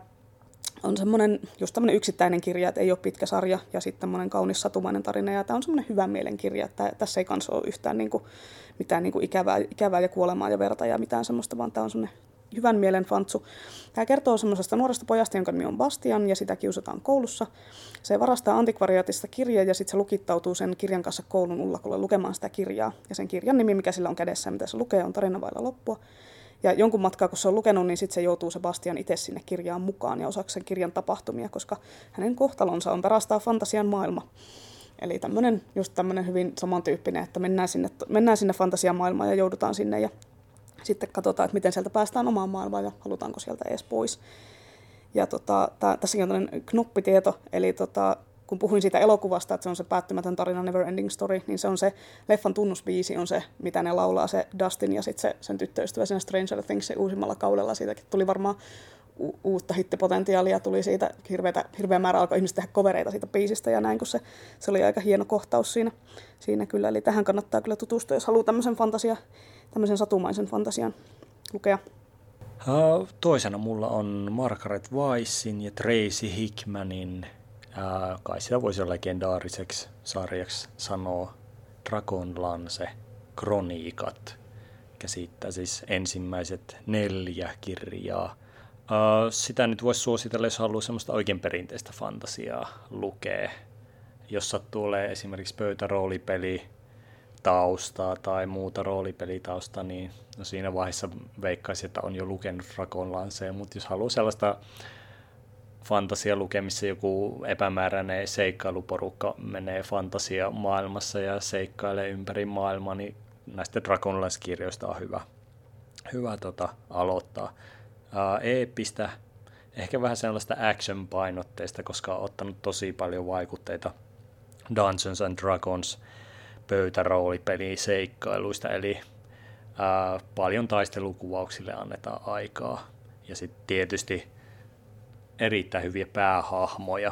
on semmoinen just tämmöinen yksittäinen kirja, että ei ole pitkä sarja ja sitten tämmöinen kaunis satumainen tarina. Ja tämä on semmoinen hyvän mielen kirja, että tässä ei kanssa ole yhtään niin kuin, mitään niin kuin ikävää, ikävää ja kuolemaa ja verta ja mitään semmoista, vaan tämä on semmoinen hyvän mielen fantsu. Tämä kertoo semmoisesta nuoresta pojasta, jonka nimi on Bastian, ja sitä kiusataan koulussa. Se varastaa antikvariaatista kirjaa, ja sitten se lukittautuu sen kirjan kanssa koulun ullakolle lukemaan sitä kirjaa. Ja sen kirjan nimi, mikä sillä on kädessä, mitä se lukee, on Tarina vailla loppua. Ja jonkun matkaa, kun se on lukenut, niin sitten se joutuu se Bastian itse sinne kirjaan mukaan ja osaksi sen kirjan tapahtumia, koska hänen kohtalonsa on varastaa fantasian maailma. Eli tämmöinen, just tämmöinen hyvin samantyyppinen, että mennään sinne, mennään sinne fantasian maailmaan ja joudutaan sinne ja sitten katsotaan, että miten sieltä päästään omaan maailmaan ja halutaanko sieltä edes pois. Ja tota, tää, tässäkin on tämmöinen knoppitieto, eli tota, kun puhuin siitä elokuvasta, että se on se päättymätön tarina, Never Ending Story, niin se on se leffan tunnusbiisi, on se, mitä ne laulaa, se Dustin ja sitten se, sen tyttöystävä siinä Stranger Things se uusimmalla kaudella. Siitäkin tuli varmaan u- uutta hittipotentiaalia, tuli siitä hirveätä, hirveä määrä alkoi ihmiset tehdä covereita siitä biisistä ja näin, kun se, se oli aika hieno kohtaus siinä, siinä kyllä. Eli tähän kannattaa kyllä tutustua, jos haluaa tämmöisen fantasia, tämmöisen satumaisen fantasian lukea. Toisena mulla on Margaret Weissin ja Tracy Hickmanin, ää, kai sitä voisi olla legendaariseksi sarjaksi sanoa, Dragonlance Kroniikat. Käsittää siis ensimmäiset neljä kirjaa. Ää, sitä nyt voisi suositella, jos haluaa semmoista oikein perinteistä fantasiaa lukea. Jos sattuu olemaan esimerkiksi pöytäroolipeli, taustaa tai muuta roolipelitaustaa, niin no siinä vaiheessa veikkaisin, että on jo lukenut Dragonlancea, mutta jos haluaa sellaista fantasialuke, missä joku epämääräinen seikkailuporukka menee fantasiamaailmassa ja seikkailee ympäri maailmaa, niin näistä Dragonlance-kirjoista on hyvä, hyvä tota, aloittaa. Ää, eeppistä, ehkä vähän sellaista action-painotteista, koska on ottanut tosi paljon vaikutteita Dungeons and Dragons pöytäroolipeliseikkailuista, eli ää, paljon taistelukuvauksille annetaan aikaa. Ja sitten tietysti erittäin hyviä päähahmoja.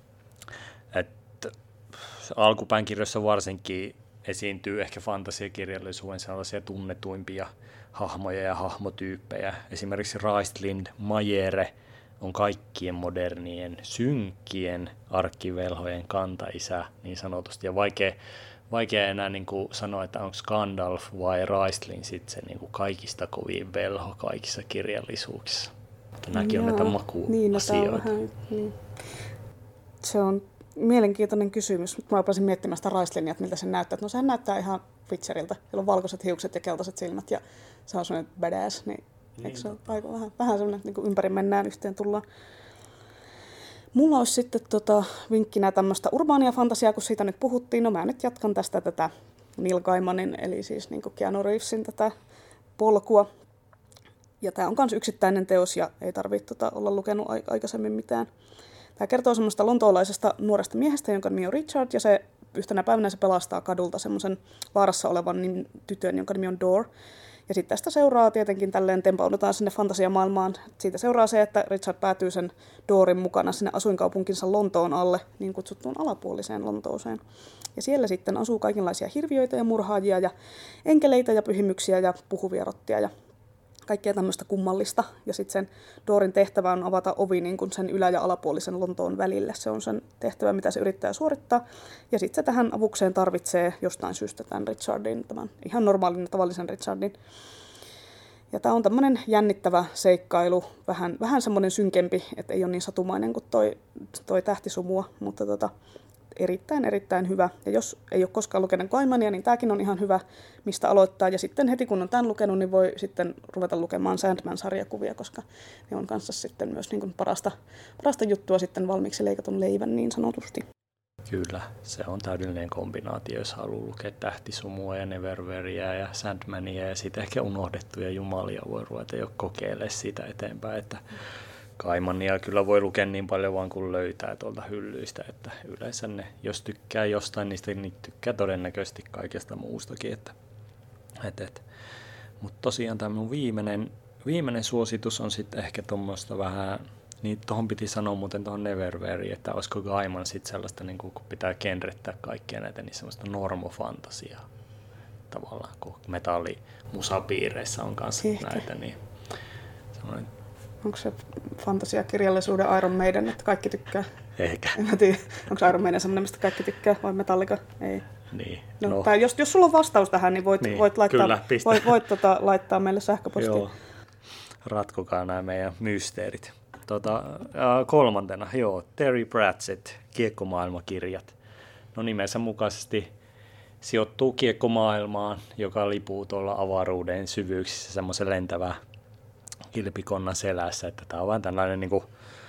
Et alkupään kirjoissa varsinkin esiintyy ehkä fantasiakirjallisuuden sellaisia tunnetuimpia hahmoja ja hahmotyyppejä. Esimerkiksi Raistlin Majere on kaikkien modernien synkkien arkkivelhojen kantaisä niin sanotusti. Ja vaikea, vaikea enää niin kuin sanoa, että onko Gandalf vai Raistlin sitten se niin kuin kaikista kovin velho kaikissa kirjallisuuksissa. Mutta nämäkin on näitä makuasioita. Niin, niin. Se on mielenkiintoinen kysymys. Mä rupesin miettimään sitä Raistlinia, että miltä se näyttää. No sehän näyttää ihan Witcherilta. Sillä on valkoiset hiukset ja keltaiset silmät ja se on sellainen badass. Niin, niin. Eikö se ole aika vähän, vähän sellainen, niin kuin ympäri mennään, yhteen tullaan. Mulla olisi sitten tota, vinkkinä tämmöistä urbaania fantasiaa, kun siitä nyt puhuttiin. No mä nyt jatkan tästä tätä Neil Gaimanin, eli siis niin kuin Keanu Reevesin tätä polkua. Ja tämä on myös yksittäinen teos ja ei tarvitse tota, olla lukenut aikaisemmin mitään. Tämä kertoo semmoista lontoolaisesta nuoresta miehestä, jonka nimi on Richard, ja se yhtenä päivänä se pelastaa kadulta semmoisen vaarassa olevan niin, tytön, jonka nimi on Dor. Ja sitten tästä seuraa tietenkin tälleen tempaudutaan sinne fantasiamaailmaan. Siitä seuraa se, että Richard päätyy sen Dorin mukana sinne asuinkaupunkinsa Lontoon alle, niin kutsuttuun alapuoliseen Lontooseen. Ja siellä sitten asuu kaikenlaisia hirviöitä ja murhaajia ja enkeleitä ja pyhimyksiä ja puhuvia rottia ja kaikkea tämmöistä kummallista. Ja sitten sen Dorin tehtävä on avata ovi niin kuin sen ylä- ja alapuolisen Lontoon välille. Se on sen tehtävä, mitä se yrittää suorittaa. Ja sitten se tähän avukseen tarvitsee jostain syystä tämän Richardin, tämän ihan normaalin ja tavallisen Richardin. Ja tämä on tämmöinen jännittävä seikkailu, vähän, vähän semmoinen synkempi, että ei ole niin satumainen kuin toi, toi Tähtisumua, mutta tota, erittäin, erittäin hyvä. Ja jos ei ole koskaan lukenut Gaimania, niin tämäkin on ihan hyvä, mistä aloittaa. Ja sitten heti kun on tämän lukenut, niin voi sitten ruveta lukemaan Sandman-sarjakuvia, koska ne on kanssa sitten myös niin kuin parasta, parasta juttua sitten valmiiksi leikatun leivän niin sanotusti. Kyllä, se on täydellinen kombinaatio, jos haluaa lukea Tähtisumua ja Neverwhereä ja Sandmania ja sitten ehkä unohdettuja jumalia voi ruveta jo kokeilemaan siitä eteenpäin, että Gaimania kyllä voi lukea niin paljon vaan kuin löytää tuolta hyllyistä, että yleensä ne, jos tykkää jostain niistä, niin tykkää todennäköisesti kaikesta muustakin. Että, et, et. Mutta tosiaan tämä minun viimeinen, viimeinen suositus on sitten ehkä tuommoista vähän, niin tuohon piti sanoa muuten tuohon Neverwhereen, että olisiko Gaiman sitten sellaista, niin kun pitää genrettää kaikkia näitä, niin semmoista normofantasiaa tavallaan, kun metallimusapiireissä on kanssa Ehkä. näitä, niin semmoinen. Onko se fantasiakirjallisuuden Iron Maiden, että kaikki tykkää? Ehkä. En mä tiedä, onko Iron Maiden semmoinen, mistä kaikki tykkää, vai Metallica? Ei. Niin. No, no. Tai jos, jos sulla on vastaus tähän, niin voit, niin, voit, laittaa, kyllä, voit, voit tota, laittaa meille sähköpostiin. Joo. Ratkokaa nämä meidän mysteerit. Tota, äh, kolmantena, joo, Terry Pratchett, Kiekkomaailmakirjat. No nimensä mukaisesti sijoittuu kiekkomaailmaan, joka lipuu tuolla avaruuden syvyyksissä semmoisen lentävää kilpikonnan selässä, että tämä on vähän tällainen niin kuin,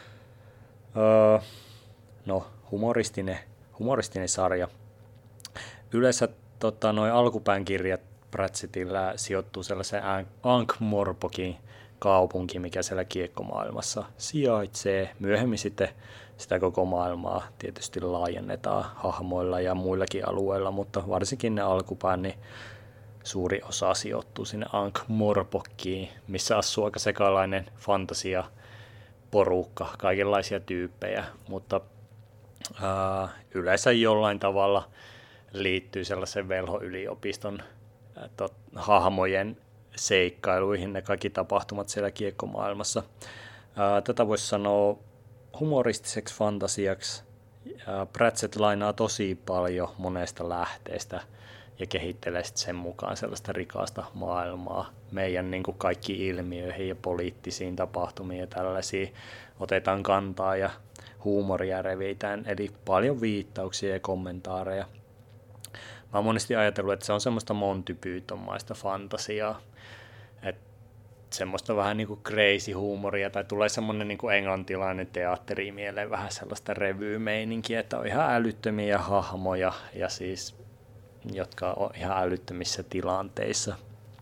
öö, no, humoristinen, humoristinen sarja. Yleensä tota, noin alkupään kirjat Pratchettillä sijoittuu sellaiseen Ankh-Morporkin kaupunki, mikä siellä kiekkomaailmassa sijaitsee. Myöhemmin sitten sitä koko maailmaa tietysti laajennetaan hahmoilla ja muillakin alueilla, mutta varsinkin ne alkupään, niin suuri osa sijoittuu sinne Ankh-Morporkiin, missä asuu aika sekalainen fantasia porukka, kaikenlaisia tyyppejä, mutta ää, yleensä jollain tavalla liittyy sellaisen velhoyliopiston ää, tot, hahmojen seikkailuihin, ne kaikki tapahtumat siellä kiekkomaailmassa. Ää, tätä voisi sanoa humoristiseksi fantasiaksi. Ää, Pratchett lainaa tosi paljon monesta lähteestä ja kehittelee sen mukaan sellaista rikasta maailmaa. Meidän niin kuin kaikki ilmiöihin ja poliittisiin tapahtumiin ja tällaisiin otetaan kantaa ja huumoria revitään, eli paljon viittauksia ja kommentaareja. Mä oon monesti ajatellut, että se on semmoista Monty Python-maista fantasiaa, että semmoista vähän niin kuin crazy huumoria, tai tulee semmoinen niin kuin englantilainen teatteri mieleen, vähän sellaista revy-meininkiä, että on ihan älyttömiä hahmoja, ja siis, jotka on ihan älyttömissä tilanteissa.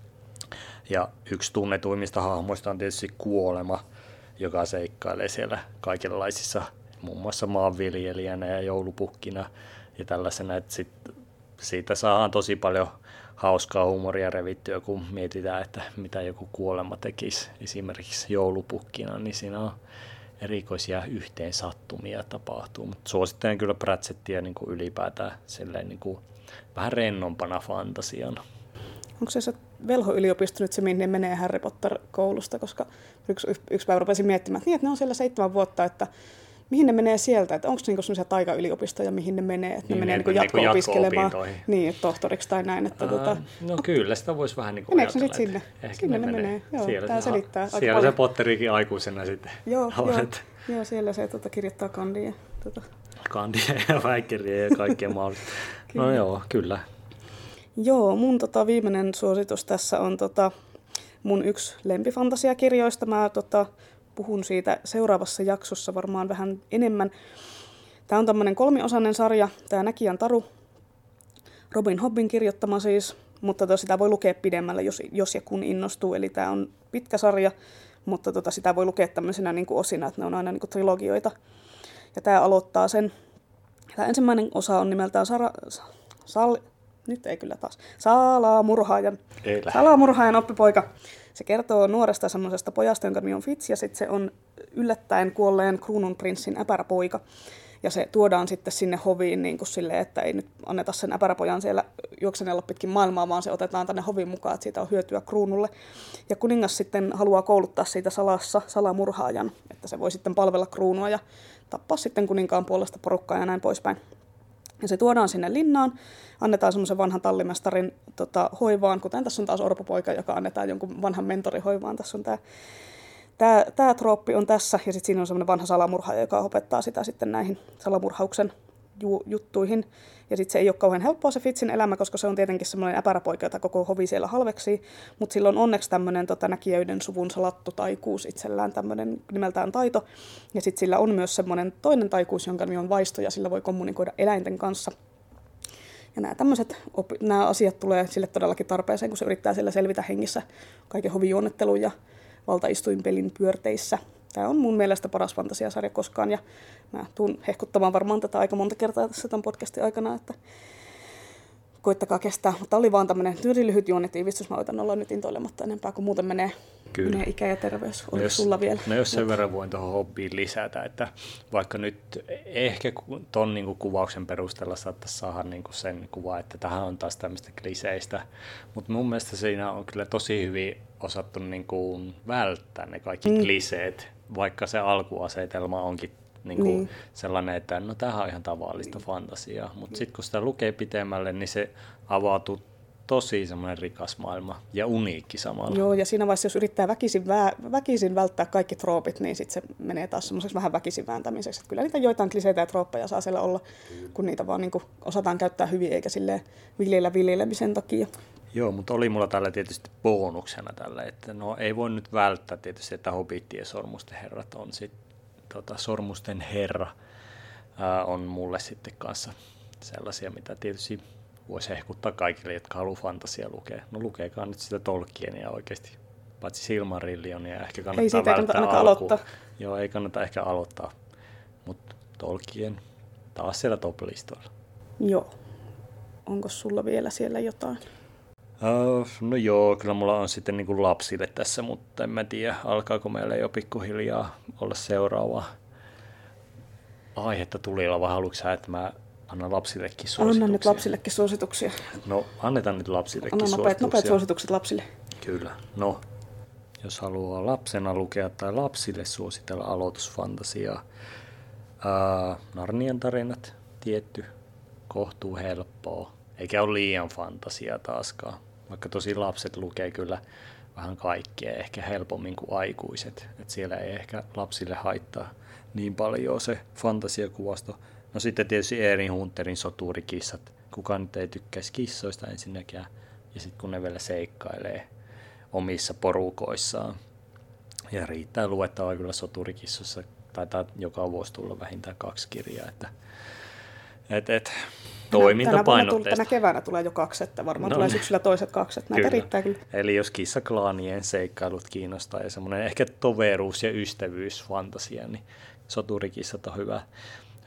Ja yksi tunnetuimmista hahmoista on tietysti kuolema, joka seikkailee siellä kaikenlaisissa, muun muassa maanviljelijänä ja joulupukkina ja tällaisena, että sit, siitä saadaan tosi paljon hauskaa huumoria revittyä, kun mietitään, että mitä joku kuolema tekisi esimerkiksi joulupukkina, niin siinä on erikoisia yhteensattumia tapahtuu, mutta suosittelen kyllä Pratchettia niin kuin ylipäätään silleen, niin kuin vähän rennompana fantasiana. Onko se se velho-yliopisto nyt se, minne menee Harry Potter-koulusta, koska yksi, yksi päivä rupesin miettimään, että, niin, että ne on siellä seitsemän vuotta, että mihin ne menee sieltä, että onko niinku sellaisia taikayliopistoja, mihin ne menee, että niin, ne menee niinku jatko-opiskelemaan, niin, tohtoriksi tai näin. Että Aa, tota... No kyllä, sitä voisi vähän niin kuin meneekö ajatella. Meneekö ne sitten sinne? Sinne ne menee, menee. Joo, siellä tämä se, selittää. Siellä se Potterikin aikuisena sitten. Joo, joo, joo, siellä se tota, kirjoittaa kandia. Tota. Kandia ja väikkeriä ja kaikkea mahdollista. No joo, kyllä. Joo, mun tota, viimeinen suositus tässä on tota, mun yksi lempifantasiakirjoista. Mä tota, puhun siitä seuraavassa jaksossa varmaan vähän enemmän. Tämä on tämmöinen kolmiosainen sarja, tämä Näkijän taru, Robin Hobbin kirjoittama siis, mutta tota, sitä voi lukea pidemmälle, jos, jos ja kun innostuu. Eli tämä on pitkä sarja, mutta tota, sitä voi lukea tämmöisenä niin kuin osina, että ne on aina niin kuin trilogioita. Ja tämä aloittaa sen. Tämä ensimmäinen osa on nimeltään Sara, Sal, nyt ei kyllä taas, Salamurhaajan, Salamurhaajan oppipoika. Se kertoo nuoresta semmoisesta pojasta, jonka nimi on Fitz, ja sitten se on yllättäen kuolleen kruununprinssin äpäräpoika. Ja se tuodaan sitten sinne hoviin niin kuin silleen, että ei nyt anneta sen äpäräpojan siellä juoksenella pitkin maailmaa, vaan se otetaan tänne hovin mukaan, että siitä on hyötyä kruunulle. Ja kuningas sitten haluaa kouluttaa siitä salassa salamurhaajan, että se voi sitten palvella kruunua ja tappaa sitten kuninkaan puolesta porukkaa ja näin poispäin. Ja se tuodaan sinne linnaan, annetaan semmoisen vanhan tallimestarin tota, hoivaan, kuten tässä on taas orpopoika, joka annetaan jonkun vanhan mentorin hoivaan. Tässä on tämä Tämä, tämä trooppi on tässä, ja sitten siinä on semmoinen vanha salamurhaaja, joka opettaa sitä sitten näihin salamurhauksen ju- juttuihin. Ja sitten se ei ole kauhean helppoa se Fitzin elämä, koska se on tietenkin semmoinen äpäräpoika, jota koko hovi siellä halveksii. Mutta sillä on onneksi tämmöinen tota, näkijöiden suvun salattu taikuus itsellään, tämmöinen nimeltään taito. Ja sitten sillä on myös semmoinen toinen taikuus, jonka nimi on vaisto, ja sillä voi kommunikoida eläinten kanssa. Ja nämä tämmöiset opi- nämä asiat tulee sille todellakin tarpeeseen, kun se yrittää sillä selvitä hengissä kaiken hovijuonnettelun ja valtaistuinpelin pyörteissä. Tämä on mun mielestä paras fantasiasarja koskaan, ja mä tuun hehkuttamaan varmaan tätä aika monta kertaa tässä tämän podcastin aikana, että koittakaa kestää. Mutta oli vaan tämmöinen tyyli lyhyt juonnetiivistys, mä oitan olla nyt intoilematta enempää, kun muuten menee, menee ikä ja terveys. Oliko no sulla vielä? No jos sen verran voin tuohon hobbiin lisätä, että vaikka nyt ehkä ton niin kuin kuvauksen perusteella saattaisi saada niin kuin sen kuva, että tähän on taas tämmöistä kliseistä, mutta mun mielestä siinä on kyllä tosi hyvin osattu niin kuin välttää ne kaikki mm. kliseet, vaikka se alkuasetelma onkin niin kuin niin. sellainen, että no tämähän on ihan tavallista fantasiaa, mutta sitten kun sitä lukee pitemmälle, niin se avautuu tosi semmoinen rikas maailma ja uniikki samalla. Joo, ja siinä vaiheessa, jos yrittää väkisin, vä- väkisin välttää kaikki troopit, niin sitten se menee taas semmoiseksi vähän väkisin vääntämiseksi. Että kyllä niitä joitain kliseitä ja trooppeja saa siellä olla, kun niitä vaan niin kuin osataan käyttää hyvin, eikä silleen viljellä viljelemisen takia. Joo, mutta oli mulla tällä tietysti bonuksena tällä, että no ei voi nyt välttää tietysti, että Hobbittien sormusten herrat on sitten, tota, sormusten herra ää, on mulle sitten kanssa sellaisia, mitä tietysti voisi hehkuttaa kaikille, jotka haluaa fantasia lukea. No lukeekaa nyt sitä Tolkienia oikeasti, paitsi Silmarillionia, ehkä kannattaa ei siitä välttää kannata alkuun. aloittaa. Joo, ei kannata ehkä aloittaa, mutta Tolkien taas siellä top-listoilla. Joo. Onko sulla vielä siellä jotain? Uh, no joo, kyllä mulla on sitten niin kuin lapsille tässä, mutta en mä tiedä, alkaako meillä jo pikkuhiljaa olla seuraavaa aihetta tulilla, vai haluatko sä, että mä annan lapsillekin suosituksia? Anna nyt lapsillekin suosituksia. No, annetaan nyt lapsillekin Anna suosituksia. Anna nopeat suositukset lapsille. Kyllä. No, jos haluaa lapsena lukea tai lapsille suositella aloitusfantasiaa, uh, Narnian tarinat, tietty, kohtuu helppoa, eikä ole liian fantasia taaskaan. Vaikka tosi lapset lukee kyllä vähän kaikkea, ehkä helpommin kuin aikuiset. Et siellä ei ehkä lapsille haittaa niin paljon se fantasiakuvasto. No sitten tietysti Erin Hunterin soturikissat. Kukaan nyt ei tykkäisi kissoista ensinnäkään. Ja sitten kun ne vielä seikkailee omissa porukoissaan. Ja riittää luettavaa kyllä soturikissossa. Taitaa joka vuosi tulla vähintään kaksi kirjaa. Että, et, et. Toimintapainotteista. Tänä keväänä tulee jo kaksi, että varmaan no, tulee syksyllä toiset kaksi, että näitä kyllä riittää kyllä. Eli jos kissaklaanien seikkailut kiinnostaa ja semmoinen ehkä toveruus- ja ystävyysfantasia, niin soturikissat on hyvä,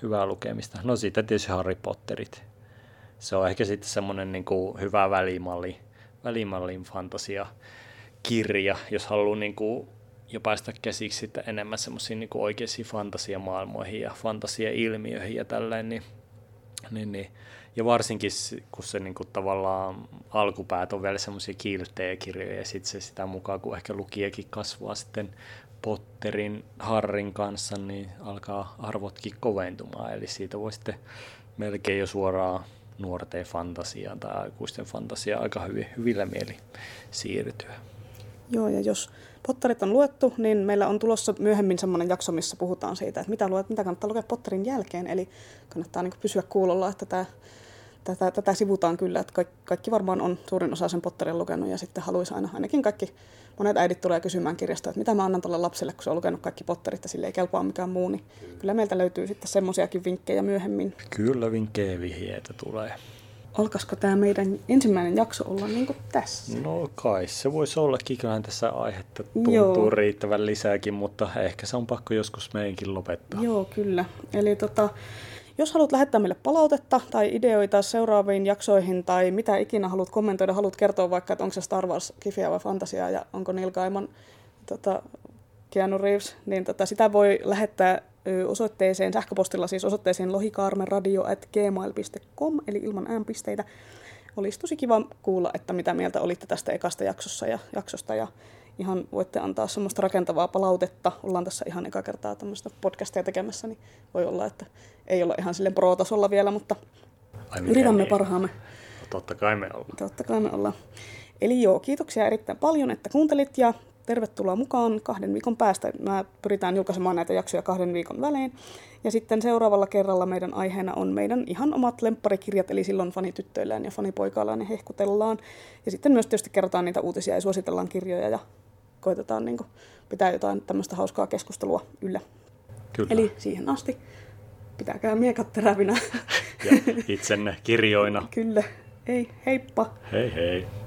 hyvää lukemista. No siitä tietysti Harry Potterit. Se on ehkä sitten semmoinen niin kuin hyvä välimalli, välimallin fantasiakirja, jos haluaa niin kuin jo päästä käsiksi sitten enemmän semmoisiin niin kuin oikeisiin fantasiamaailmoihin ja fantasiailmiöihin ja tälleen, niin, niin, niin. Ja varsinkin kun se niin kuin tavallaan alkupäät on vielä semmoisia kilttejä kirjoja ja sitten se sitä mukaan, kun ehkä lukijakin kasvaa sitten Potterin, Harrin kanssa, niin alkaa arvotkin koventumaan. Eli siitä voi sitten melkein jo suoraan nuorten fantasiaan tai aikuisten fantasiaan aika hyvin, hyvillä mieli siirtyä. Joo, ja jos Potterit on luettu, niin meillä on tulossa myöhemmin semmoinen jakso, missä puhutaan siitä, että mitä, luet, mitä kannattaa lukea Potterin jälkeen. Eli kannattaa niin kuin pysyä kuulolla, että tämä, tätä, tätä sivutaan kyllä, että kaikki, kaikki varmaan on suurin osa sen Potterin lukenut ja sitten haluaisi aina, ainakin kaikki, monet äidit tulee kysymään kirjasta, että mitä mä annan tuolle lapselle, kun se on lukenut kaikki Potterit ja sille ei kelpaa mikään muu, niin kyllä, kyllä meiltä löytyy sitten semmoisiakin vinkkejä myöhemmin. Kyllä vinkkejä ja vihjeitä tulee. Alkaisiko tämä meidän ensimmäinen jakso olla niin kuin tässä? No kai se voisi ollakin, kyllähän tässä aihetta tuntuu Joo. riittävän lisääkin, mutta ehkä se on pakko joskus meidänkin lopettaa. Joo, kyllä. Eli tota, jos haluat lähettää meille palautetta tai ideoita seuraaviin jaksoihin tai mitä ikinä haluat kommentoida, haluat kertoa vaikka, että onko se Star Wars, Kifiä vai Fantasiaa ja onko Neil Gaiman tota, Keanu Reeves, niin tota, sitä voi lähettää osoitteeseen, sähköpostilla siis osoitteeseen lohikaarmenradio at gmail dot com, eli ilman äänpisteitä. Olisi tosi kiva kuulla, että mitä mieltä olitte tästä ekasta jaksossa ja, jaksosta, ja ihan voitte antaa semmoista rakentavaa palautetta. Ollaan tässä ihan eka kertaa tämmöistä podcastia tekemässä, niin voi olla, että ei olla ihan silleen pro-tasolla vielä, mutta Ai, yritämme niin? parhaamme. Totta kai me ollaan. Totta kai me ollaan. Eli joo, kiitoksia erittäin paljon, että kuuntelit ja tervetuloa mukaan kahden viikon päästä. Mä pyritään julkaisemaan näitä jaksoja kahden viikon välein. Ja sitten seuraavalla kerralla meidän aiheena on meidän ihan omat lempparikirjat, eli silloin fanityttöillään ja fanipoikaillaan ja hehkutellaan. Ja sitten myös tietysti kerrotaan niitä uutisia ja suositellaan kirjoja ja koitetaan niin kuin pitää jotain tämmöistä hauskaa keskustelua yllä. Kyllä. Eli siihen asti pitäkää miekat terävinä. Ja itsenne kirjoina. Kyllä. Ei, heippa. Hei hei.